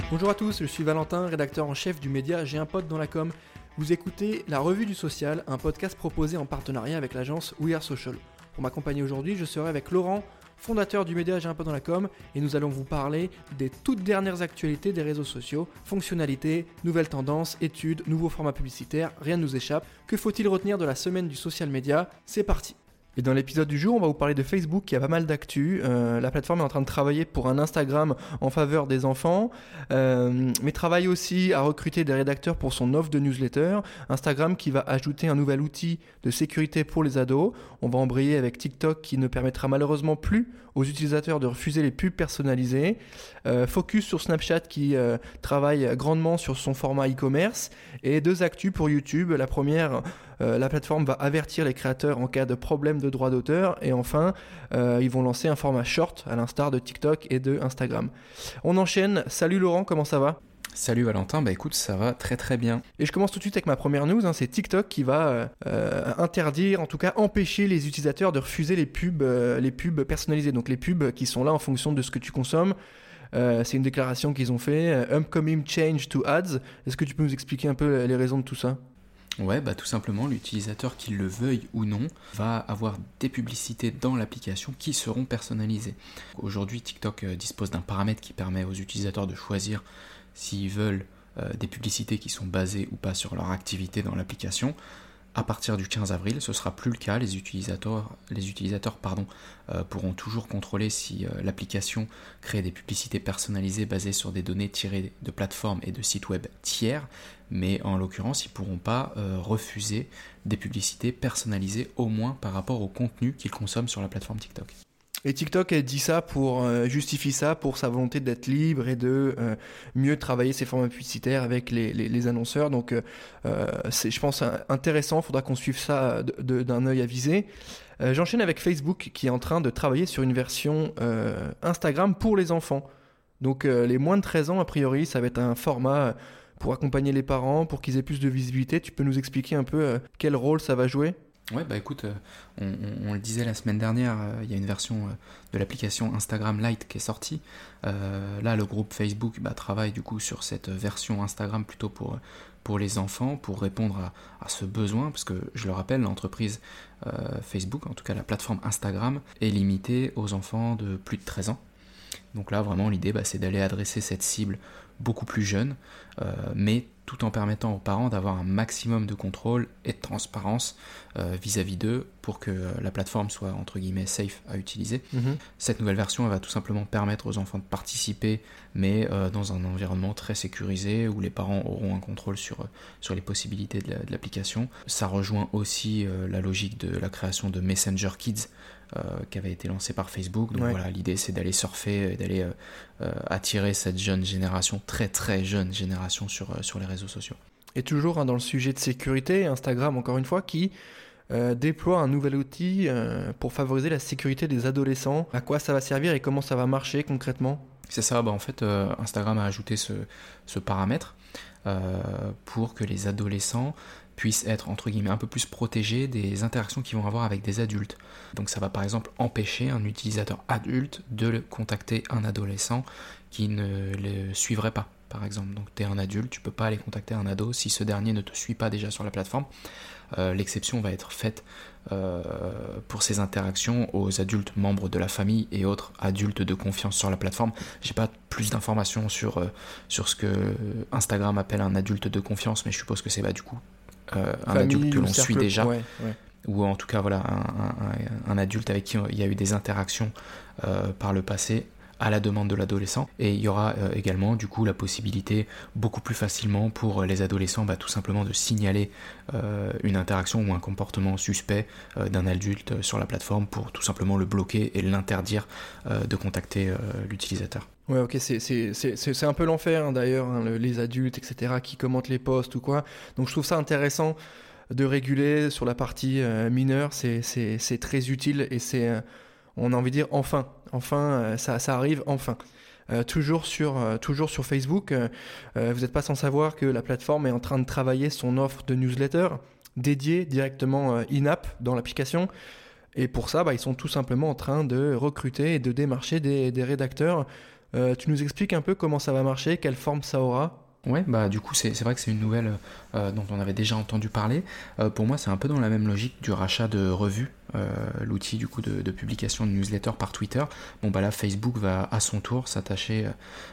Bonjour à tous, je suis Valentin, rédacteur en chef du média J'ai un pote dans la com. Vous écoutez La Revue du Social, un podcast proposé en partenariat avec l'agence We Are Social. Pour m'accompagner aujourd'hui, je serai avec Laurent, fondateur du média J'ai un pote dans la com, et nous allons vous parler des toutes dernières actualités des réseaux sociaux, fonctionnalités, nouvelles tendances, études, nouveaux formats publicitaires, rien ne nous échappe. Que faut-il retenir de la semaine du social media ? C'est parti. Et dans l'épisode du jour, on va vous parler de Facebook qui a pas mal d'actu. La plateforme est en train de travailler pour un Instagram en faveur des enfants, mais travaille aussi à recruter des rédacteurs pour son offre de newsletter. Instagram qui va ajouter un nouvel outil de sécurité pour les ados. On va embrayer avec TikTok qui ne permettra malheureusement plus aux utilisateurs de refuser les pubs personnalisées. Focus sur Snapchat qui travaille grandement sur son format e-commerce. Et deux actus pour YouTube. La première, la plateforme va avertir les créateurs en cas de problème de droit d'auteur. Et enfin, ils vont lancer un format short à l'instar de TikTok et de Instagram. On enchaîne. Salut Laurent, comment ça va ? Salut Valentin, écoute, ça va très très bien. Et je commence tout de suite avec ma première news, c'est TikTok qui va interdire, en tout cas empêcher les utilisateurs de refuser les pubs personnalisées, donc les pubs qui sont là en fonction de ce que tu consommes. C'est une déclaration qu'ils ont fait, Upcoming Change to Ads. Est-ce que tu peux nous expliquer un peu les raisons de tout ça ? Ouais, tout simplement, l'utilisateur, qu'il le veuille ou non, va avoir des publicités dans l'application qui seront personnalisées. Aujourd'hui, TikTok dispose d'un paramètre qui permet aux utilisateurs de choisir s'ils veulent des publicités qui sont basées ou pas sur leur activité dans l'application. À partir du 15 avril, ce ne sera plus le cas. Les utilisateurs pourront toujours contrôler si l'application crée des publicités personnalisées basées sur des données tirées de plateformes et de sites web tiers, mais en l'occurrence, ils ne pourront pas refuser des publicités personnalisées, au moins par rapport au contenu qu'ils consomment sur la plateforme TikTok. Et TikTok elle justifie ça pour sa volonté d'être libre et de mieux travailler ses formats publicitaires avec les annonceurs. Donc c'est, je pense, intéressant. Il faudra qu'on suive ça d'un œil avisé. J'enchaîne avec Facebook qui est en train de travailler sur une version Instagram pour les enfants. Donc les moins de 13 ans, a priori, ça va être un format pour accompagner les parents, pour qu'ils aient plus de visibilité. Tu peux nous expliquer un peu quel rôle ça va jouer ? Ouais, écoute, on le disait la semaine dernière, il y a une version de l'application Instagram Lite qui est sortie. Là, le groupe Facebook travaille du coup sur cette version Instagram plutôt pour les enfants, pour répondre à ce besoin, parce que je le rappelle, l'entreprise Facebook, en tout cas la plateforme Instagram, est limitée aux enfants de plus de 13 ans. Donc là, vraiment, l'idée, c'est d'aller adresser cette cible beaucoup plus jeune, mais tout en permettant aux parents d'avoir un maximum de contrôle et de transparence vis-à-vis d'eux pour que la plateforme soit, entre guillemets, safe à utiliser. Cette nouvelle version, elle va tout simplement permettre aux enfants de participer, mais dans un environnement très sécurisé, où les parents auront un contrôle sur les possibilités de l'application. Ça rejoint aussi la logique de la création de Messenger Kids, qui avait été lancé par Facebook. Donc voilà, l'idée c'est d'aller surfer et d'aller attirer cette jeune génération, très très jeune génération sur les réseaux sociaux. Et toujours dans le sujet de sécurité, Instagram encore une fois qui déploie un nouvel outil pour favoriser la sécurité des adolescents. À quoi ça va servir et comment ça va marcher concrètement ? C'est ça, en fait Instagram a ajouté ce paramètre pour que les adolescents puissent être, entre guillemets, un peu plus protégés des interactions qu'ils vont avoir avec des adultes. Donc ça va par exemple empêcher un utilisateur adulte de contacter un adolescent qui ne le suivrait pas, par exemple. Donc tu es un adulte, tu peux pas aller contacter un ado si ce dernier ne te suit pas déjà sur la plateforme. L'exception va être faite pour ces interactions aux adultes membres de la famille et autres adultes de confiance sur la plateforme. J'ai pas plus d'informations sur ce que Instagram appelle un adulte de confiance, mais je suppose que c'est du coup un adulte que l'on suit déjà, ou en tout cas voilà, un adulte avec qui il y a eu des interactions par le passé à la demande de l'adolescent. Et il y aura également du coup la possibilité beaucoup plus facilement pour les adolescents tout simplement de signaler une interaction ou un comportement suspect d'un adulte sur la plateforme pour tout simplement le bloquer et l'interdire de contacter l'utilisateur. Ouais, ok, c'est un peu l'enfer d'ailleurs, les adultes, etc., qui commentent les posts ou quoi. Donc je trouve ça intéressant de réguler sur la partie mineure, c'est très utile et c'est, on a envie de dire, enfin, ça arrive enfin. Toujours sur Facebook, vous n'êtes pas sans savoir que la plateforme est en train de travailler son offre de newsletter dédiée directement in-app dans l'application. Et pour ça, ils sont tout simplement en train de recruter et de démarcher des rédacteurs. Tu nous expliques un peu comment ça va marcher, quelle forme ça aura ? Ouais, du coup c'est vrai que c'est une nouvelle dont on avait déjà entendu parler. Pour moi c'est un peu dans la même logique du rachat de Revue, l'outil du coup de publication de newsletter par Twitter. Là Facebook va à son tour s'attacher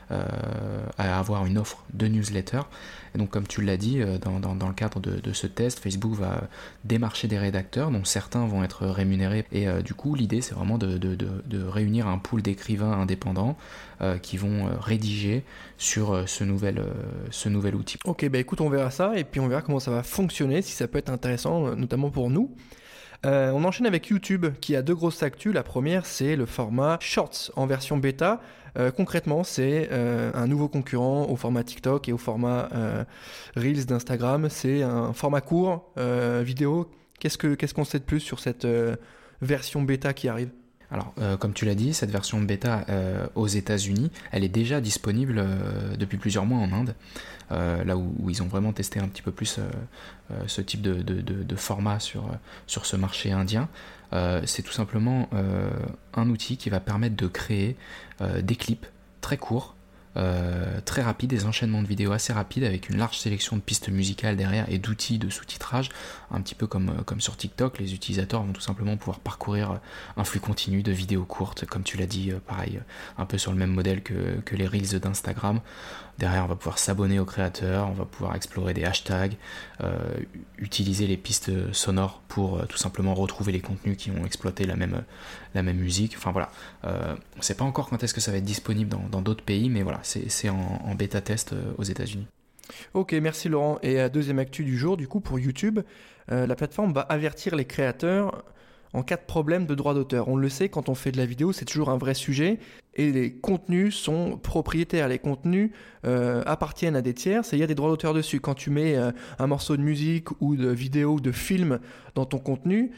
à avoir une offre de newsletter. Et donc comme tu l'as dit, dans le cadre de ce test, Facebook va démarcher des rédacteurs dont certains vont être rémunérés. Et du coup l'idée c'est vraiment de réunir un pool d'écrivains indépendants qui vont rédiger sur ce nouvel outil. Ok, écoute, on verra ça et puis on verra comment ça va fonctionner, si ça peut être intéressant, notamment pour nous. On enchaîne avec YouTube qui a deux grosses actus. La première, c'est le format Shorts en version bêta. Concrètement, c'est un nouveau concurrent au format TikTok et au format Reels d'Instagram. C'est un format court, vidéo. Qu'est-ce qu'on sait de plus sur cette version bêta qui arrive ? Alors, comme tu l'as dit, cette version bêta aux États-Unis, elle est déjà disponible depuis plusieurs mois en Inde, là où ils ont vraiment testé un petit peu plus ce type de format sur ce marché indien. C'est tout simplement un outil qui va permettre de créer des clips très courts, très rapides, des enchaînements de vidéos assez rapides avec une large sélection de pistes musicales derrière et d'outils de sous-titrage, un petit peu comme sur TikTok. Les utilisateurs vont tout simplement pouvoir parcourir un flux continu de vidéos courtes, comme tu l'as dit, pareil, un peu sur le même modèle que les Reels d'Instagram. Derrière, on va pouvoir s'abonner aux créateurs, on va pouvoir explorer des hashtags, utiliser les pistes sonores pour tout simplement retrouver les contenus qui ont exploité la même musique. Enfin voilà, on ne sait pas encore quand est-ce que ça va être disponible dans d'autres pays, mais voilà, c'est en bêta test aux États-Unis. Ok, merci Laurent. Et deuxième actu du jour, du coup, pour YouTube, la plateforme va avertir les créateurs en cas de problème de droit d'auteur. On le sait, quand on fait de la vidéo, c'est toujours un vrai sujet et les contenus sont propriétaires. Les contenus appartiennent à des tiers et il y a des droits d'auteur dessus. Quand tu mets un morceau de musique ou de vidéo ou de film dans ton contenu,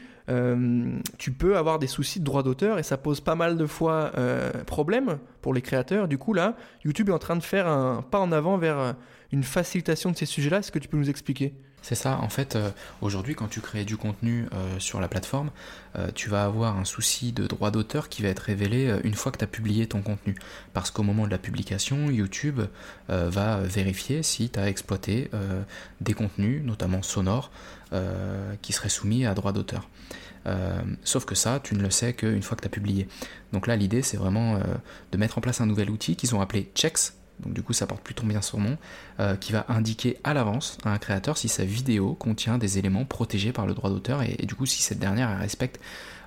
tu peux avoir des soucis de droit d'auteur et ça pose pas mal de fois problème pour les créateurs. Du coup, là, YouTube est en train de faire un pas en avant vers une facilitation de ces sujets-là. Est-ce que tu peux nous expliquer ? C'est ça, en fait, aujourd'hui quand tu crées du contenu sur la plateforme, tu vas avoir un souci de droit d'auteur qui va être révélé une fois que tu as publié ton contenu. Parce qu'au moment de la publication, YouTube va vérifier si tu as exploité des contenus, notamment sonores, qui seraient soumis à droit d'auteur. Sauf que ça, tu ne le sais qu'une fois que tu as publié. Donc là, l'idée, c'est vraiment de mettre en place un nouvel outil qu'ils ont appelé Checks. Donc du coup ça porte plutôt bien son nom, qui va indiquer à l'avance à un créateur si sa vidéo contient des éléments protégés par le droit d'auteur et du coup si cette dernière respecte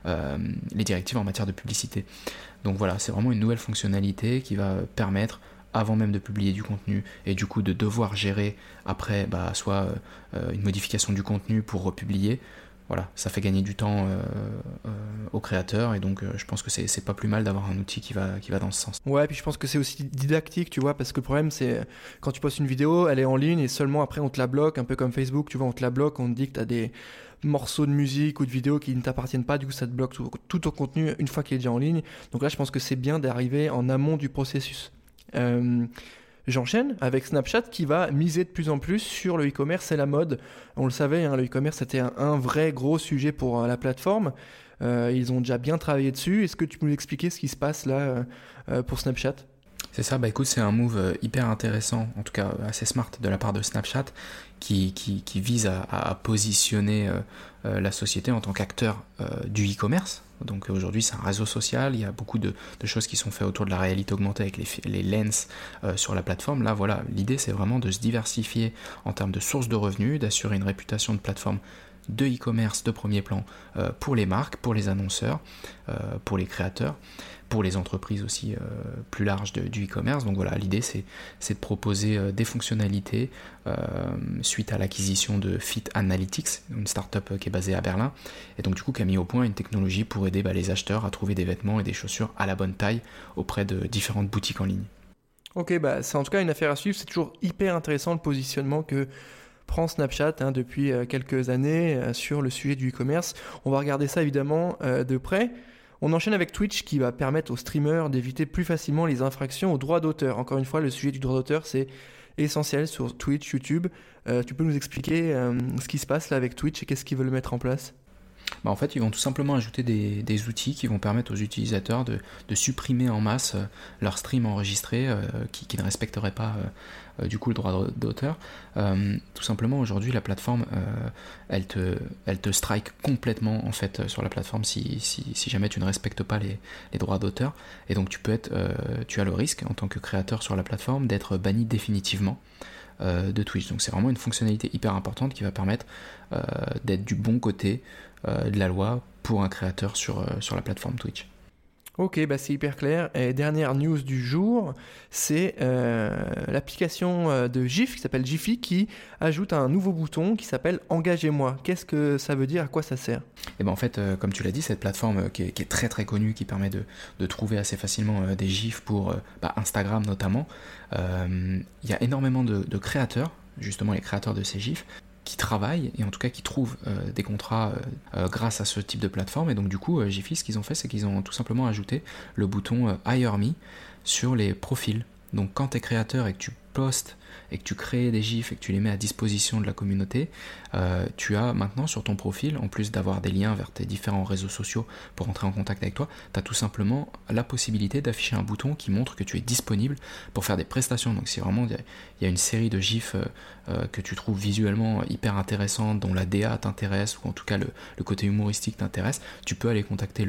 les directives en matière de publicité. Donc voilà, c'est vraiment une nouvelle fonctionnalité qui va permettre, avant même de publier du contenu et du coup de devoir gérer après soit une modification du contenu pour republier. Voilà, ça fait gagner du temps aux créateurs et donc je pense que c'est pas plus mal d'avoir un outil qui va dans ce sens. Ouais, puis je pense que c'est aussi didactique, tu vois, parce que le problème c'est quand tu postes une vidéo, elle est en ligne et seulement après on te la bloque, un peu comme Facebook, tu vois, on te la bloque, on te dit que t'as des morceaux de musique ou de vidéos qui ne t'appartiennent pas, du coup ça te bloque tout ton contenu une fois qu'il est déjà en ligne. Donc là je pense que c'est bien d'arriver en amont du processus. J'enchaîne avec Snapchat qui va miser de plus en plus sur le e-commerce et la mode. On le savait, le e-commerce c'était un vrai gros sujet pour la plateforme. Ils ont déjà bien travaillé dessus. Est-ce que tu peux nous expliquer ce qui se passe là pour Snapchat ? C'est ça, écoute, c'est un move hyper intéressant, en tout cas assez smart de la part de Snapchat, qui vise à positionner la société en tant qu'acteur du e-commerce. Donc aujourd'hui c'est un réseau social, il y a beaucoup de choses qui sont faites autour de la réalité augmentée avec les lens sur la plateforme. Là voilà, l'idée c'est vraiment de se diversifier en termes de sources de revenus, d'assurer une réputation de plateforme de e-commerce de premier plan pour les marques, pour les annonceurs, pour les créateurs, pour les entreprises aussi plus larges du e-commerce. Donc voilà, l'idée c'est de proposer des fonctionnalités suite à l'acquisition de Fit Analytics, une startup qui est basée à Berlin, et donc du coup qui a mis au point une technologie pour aider les acheteurs à trouver des vêtements et des chaussures à la bonne taille auprès de différentes boutiques en ligne. Ok, c'est en tout cas une affaire à suivre, c'est toujours hyper intéressant le positionnement que prend Snapchat depuis quelques années sur le sujet du e-commerce. On va regarder ça évidemment de près. On enchaîne avec Twitch qui va permettre aux streamers d'éviter plus facilement les infractions aux droits d'auteur. Encore une fois, le sujet du droit d'auteur, c'est essentiel sur Twitch, YouTube. Tu peux nous expliquer ce qui se passe là avec Twitch et qu'est-ce qu'ils veulent mettre en place ? En fait, ils vont tout simplement ajouter des outils qui vont permettre aux utilisateurs de supprimer en masse leur stream enregistré qui ne respecterait pas du coup le droit d'auteur. Tout simplement, aujourd'hui, la plateforme, elle te strike complètement en fait sur la plateforme si jamais tu ne respectes pas les droits d'auteur. Et donc tu as le risque en tant que créateur sur la plateforme d'être banni définitivement de Twitch. Donc c'est vraiment une fonctionnalité hyper importante qui va permettre d'être du bon côté de la loi pour un créateur sur la plateforme Twitch. Ok, c'est hyper clair. Et dernière news du jour, c'est l'application de GIF qui s'appelle Giphy qui ajoute un nouveau bouton qui s'appelle « Engagez-moi ». Qu'est-ce que ça veut dire? À quoi ça sert? Et en fait, comme tu l'as dit, cette plateforme qui est très très connue, qui permet de trouver assez facilement des GIFs pour Instagram notamment, il y a énormément de créateurs, justement les créateurs de ces GIFs, qui travaillent et en tout cas qui trouvent des contrats grâce à ce type de plateforme. Et donc du coup, Giphy, ce qu'ils ont fait, c'est qu'ils ont tout simplement ajouté le bouton Hire Me sur les profils. Donc quand tu es créateur et que tu postes et que tu crées des GIFs et que tu les mets à disposition de la communauté, tu as maintenant sur ton profil, en plus d'avoir des liens vers tes différents réseaux sociaux pour entrer en contact avec toi, tu as tout simplement la possibilité d'afficher un bouton qui montre que tu es disponible pour faire des prestations. Donc si vraiment il y a une série de GIFs que tu trouves visuellement hyper intéressantes, dont la DA t'intéresse, ou en tout cas le côté humoristique t'intéresse, tu peux aller contacter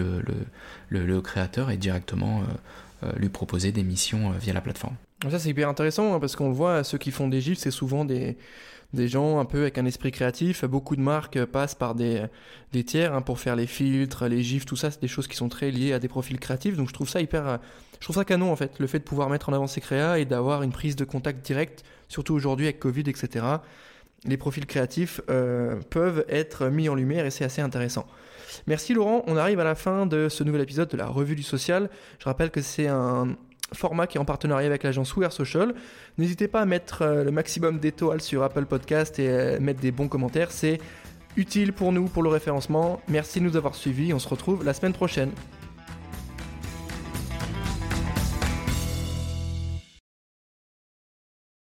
le créateur et directement lui proposer des missions via la plateforme. Ça c'est hyper intéressant parce qu'on le voit, ceux qui font des GIFs, c'est souvent des gens un peu avec un esprit créatif. Beaucoup de marques passent par des tiers pour faire les filtres, les GIFs, tout ça, c'est des choses qui sont très liées à des profils créatifs. Donc je trouve ça canon en fait, le fait de pouvoir mettre en avant ces créas et d'avoir une prise de contact directe, surtout aujourd'hui avec Covid, etc. Les profils créatifs peuvent être mis en lumière et c'est assez intéressant. Merci Laurent, on arrive à la fin de ce nouvel épisode de la Revue du Social. Je rappelle que c'est un format qui est en partenariat avec l'agence We Are Social. N'hésitez pas à mettre le maximum d'étoiles sur Apple Podcast et mettre des bons commentaires. C'est utile pour nous, pour le référencement. Merci de nous avoir suivis. On se retrouve la semaine prochaine.